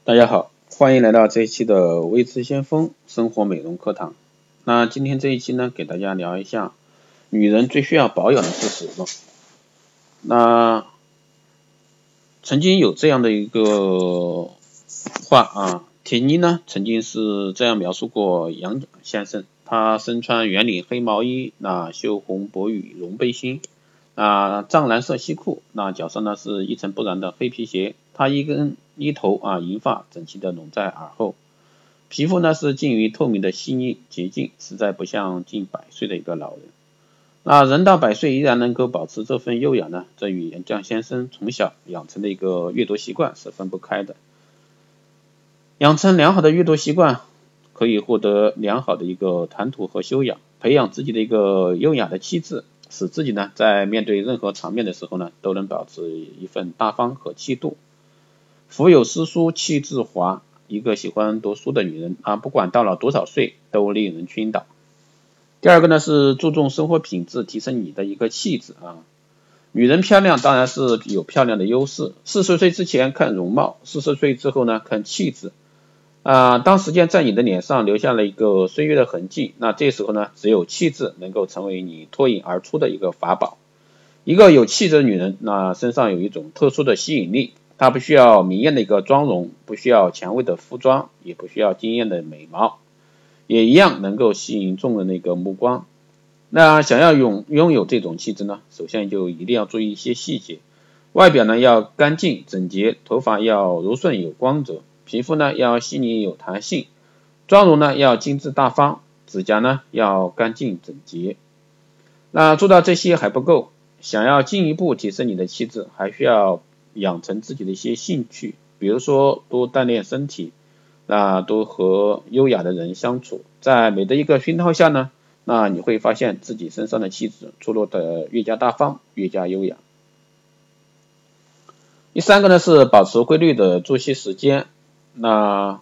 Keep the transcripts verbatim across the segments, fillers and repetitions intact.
大家好，欢迎来到这一期的微知先锋生活美容课堂。那今天这一期呢，给大家聊一下女人最需要保养的是什么。那曾经有这样的一个话啊，铁妮呢曾经是这样描述过杨先生，他身穿圆领黑毛衣，那绣红薄羽绒背心，那藏蓝色西裤，那脚上呢是一尘不染的黑皮鞋，他一根一头啊银发整齐的拢在耳后，皮肤呢是近于透明的细腻洁净，实在不像近百岁的一个老人。那人到百岁依然能够保持这份优雅呢，这与杨绛先生从小养成的一个阅读习惯是分不开的。养成良好的阅读习惯，可以获得良好的一个谈吐和修养，培养自己的一个优雅的气质，使自己呢在面对任何场面的时候呢，都能保持一份大方和气度。腹有诗书气自华，一个喜欢读书的女人啊，不管到了多少岁都令人倾倒。第二个呢是注重生活品质，提升你的一个气质啊。女人漂亮当然是有漂亮的优势，四十岁之前看容貌，四十岁之后呢看气质啊。当时间在你的脸上留下了一个岁月的痕迹，那这时候呢只有气质能够成为你脱颖而出的一个法宝。一个有气质的女人，那身上有一种特殊的吸引力，她不需要明艳的一个妆容，不需要前卫的服装，也不需要惊艳的美貌，也一样能够吸引众人的一个目光。那想要拥拥有这种气质呢，首先就一定要注意一些细节。外表呢要干净整洁，头发要柔顺有光泽，皮肤呢要细腻有弹性，妆容呢要精致大方，指甲呢要干净整洁。那做到这些还不够，想要进一步提升你的气质，还需要养成自己的一些兴趣，比如说多锻炼身体，那多和优雅的人相处，在美的一个熏陶下呢，那你会发现自己身上的气质出落得越加大方，越加优雅。第三个呢是保持规律的作息时间，那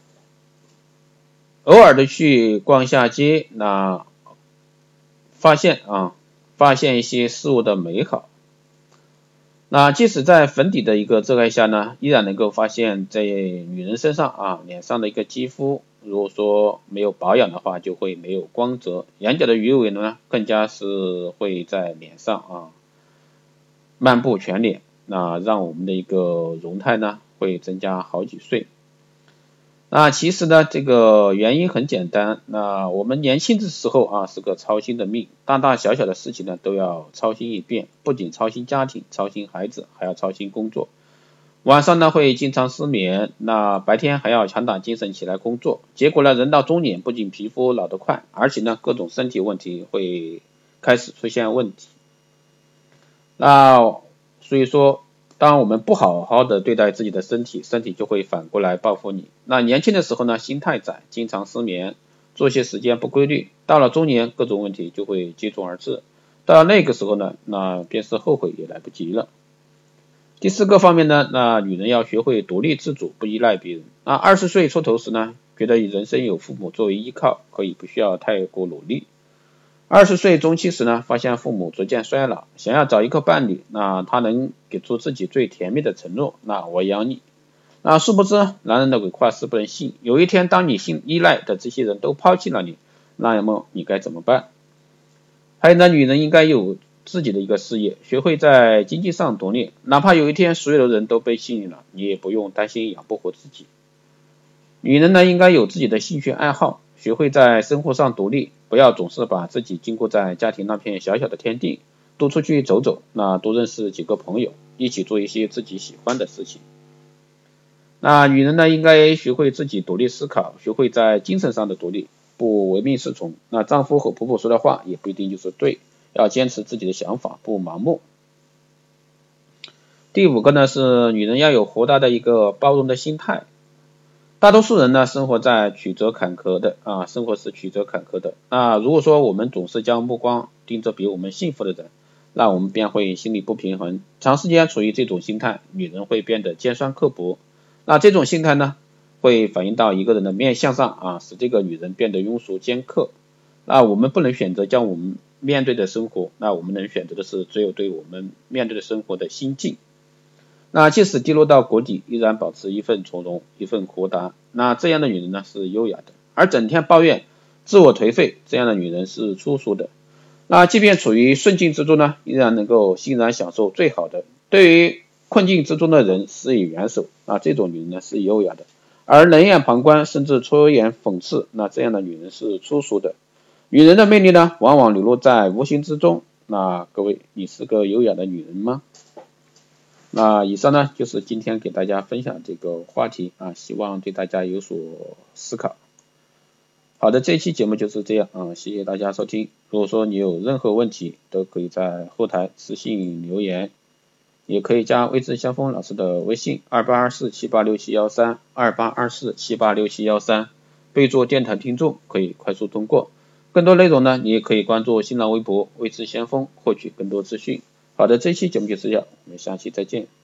偶尔的去逛一下街，那发现啊发现一些事物的美好。那即使在粉底的一个遮盖下呢，依然能够发现在女人身上啊脸上的一个肌肤，如果说没有保养的话，就会没有光泽，眼角的鱼尾呢更加是会在脸上啊漫步全脸，那让我们的一个容态呢会增加好几岁。那其实呢这个原因很简单，那我们年轻的时候啊是个操心的命，大大小小的事情呢都要操心一遍，不仅操心家庭，操心孩子，还要操心工作。晚上呢会经常失眠，那白天还要强打精神起来工作，结果呢人到中年不仅皮肤老得快，而且呢各种身体问题会开始出现问题。那所以说当我们不好好的对待自己的身体，身体就会反过来报复你。那年轻的时候呢心太窄，经常失眠，作息时间不规律，到了中年各种问题就会接踵而至，到了那个时候呢，那便是后悔也来不及了。第四个方面呢，那女人要学会独立自主，不依赖别人。那二十岁出头时呢，觉得人生有父母作为依靠，可以不需要太过努力。二十岁中期时呢，发现父母逐渐衰老，想要找一个伴侣，那他能给出自己最甜蜜的承诺，那我养你。那殊不知男人的鬼话是不能信，有一天当你信依赖的这些人都抛弃了你，那么你该怎么办？还有呢，女人应该有自己的一个事业，学会在经济上独立，哪怕有一天所有的人都被吸引了，你也不用担心养不活自己。女人呢应该有自己的兴趣爱好，学会在生活上独立，不要总是把自己禁锢在家庭那片小小的天地，多出去走走，那多认识几个朋友，一起做一些自己喜欢的事情。那女人呢应该学会自己独立思考，学会在精神上的独立，不唯命是从。那丈夫和婆婆说的话也不一定就是对，要坚持自己的想法，不盲目。第五个呢是女人要有活大的一个包容的心态。大多数人呢生活在曲折坎坷的啊，生活是曲折坎坷的。那如果说我们总是将目光盯着比我们幸福的人，那我们便会心理不平衡。长时间处于这种心态，女人会变得尖酸刻薄。那这种心态呢，会反映到一个人的面相上啊，使这个女人变得庸俗尖刻。那我们不能选择将我们面对的生活，那我们能选择的是只有对我们面对的生活的心境。 那即使低落到谷底，依然保持一份从容，一份豁达。那这样的女人呢是优雅的，而整天抱怨、自我颓废，这样的女人是粗俗的。那即便处于顺境之中呢，依然能够欣然享受最好的。对于困境之中的人施以援手，那这种女人呢是优雅的。而冷眼旁观，甚至出言讽刺，那这样的女人是粗俗的。女人的魅力呢，往往流露在无形之中。那各位，你是个优雅的女人吗？那以上呢就是今天给大家分享这个话题啊，希望对大家有所思考。好的，这一期节目就是这样啊，谢谢大家收听。如果说你有任何问题，都可以在后台私信留言，也可以加微知先锋老师的微信二八二四七八六七一三 二八二四七八六七一三，备注电台听众，可以快速通过。更多内容呢，你也可以关注新浪微博微知先锋获取更多资讯。好的，这一期节目就是这样，我们下期再见。